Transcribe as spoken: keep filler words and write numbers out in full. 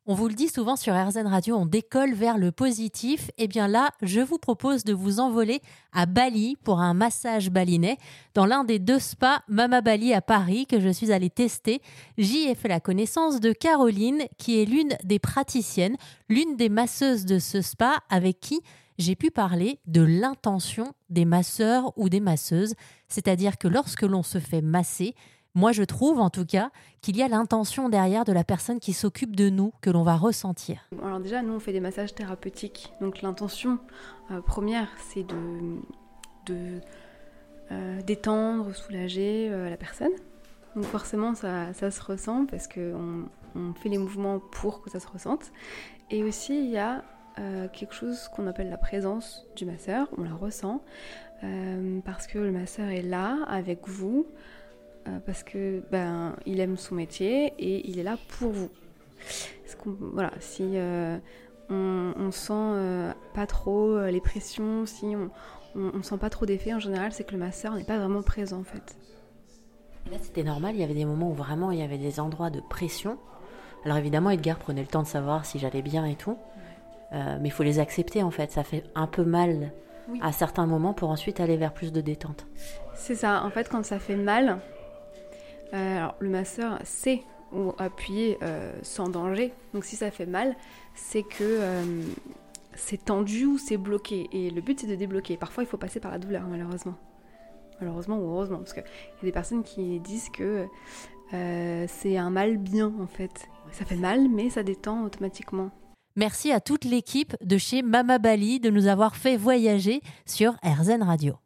On vous le dit souvent sur R Z N Radio, on décolle vers le positif. Eh bien là, je vous propose de vous envoler à Bali pour un massage balinais dans l'un des deux spas Mama Bali à Paris que je suis allée tester. J'y ai fait la connaissance de Caroline qui est l'une des praticiennes, l'une des masseuses de ce spa avec qui j'ai pu parler de l'intention des masseurs ou des masseuses. C'est-à-dire que lorsque l'on se fait masser, moi, je trouve en tout cas qu'il y a l'intention derrière de la personne qui s'occupe de nous, que l'on va ressentir. Alors déjà, nous, on fait des massages thérapeutiques. Donc l'intention euh, première, c'est de, de euh, détendre, soulager euh, la personne. Donc forcément, ça, ça se ressent parce qu'on on fait les mouvements pour que ça se ressente. Et aussi, il y a euh, quelque chose qu'on appelle la présence du masseur. On la ressent euh, parce que le masseur est là avec vous. Parce que ben il aime son métier et il est là pour vous. Voilà, si euh, on, on sent euh, pas trop les pressions, si on, on, on sent pas trop d'effet, en général, c'est que le masseur n'est pas vraiment présent en fait. Là, c'était normal. Il y avait des moments où vraiment il y avait des endroits de pression. Alors évidemment, Edgar prenait le temps de savoir si j'allais bien et tout, ouais. euh, mais il faut les accepter en fait. Ça fait un peu mal oui. à certains moments pour ensuite aller vers plus de détente. C'est ça. En fait, quand ça fait mal. Euh, alors, le masseur sait où appuyer euh, sans danger. Donc, si ça fait mal, c'est que euh, c'est tendu ou c'est bloqué. Et le but, c'est de débloquer. Parfois, il faut passer par la douleur, malheureusement. Malheureusement ou heureusement. Parce qu'il y a des personnes qui disent que euh, c'est un mal bien, en fait. Ça fait mal, mais ça détend automatiquement. Merci à toute l'équipe de chez Mama Bali de nous avoir fait voyager sur R Z N Radio.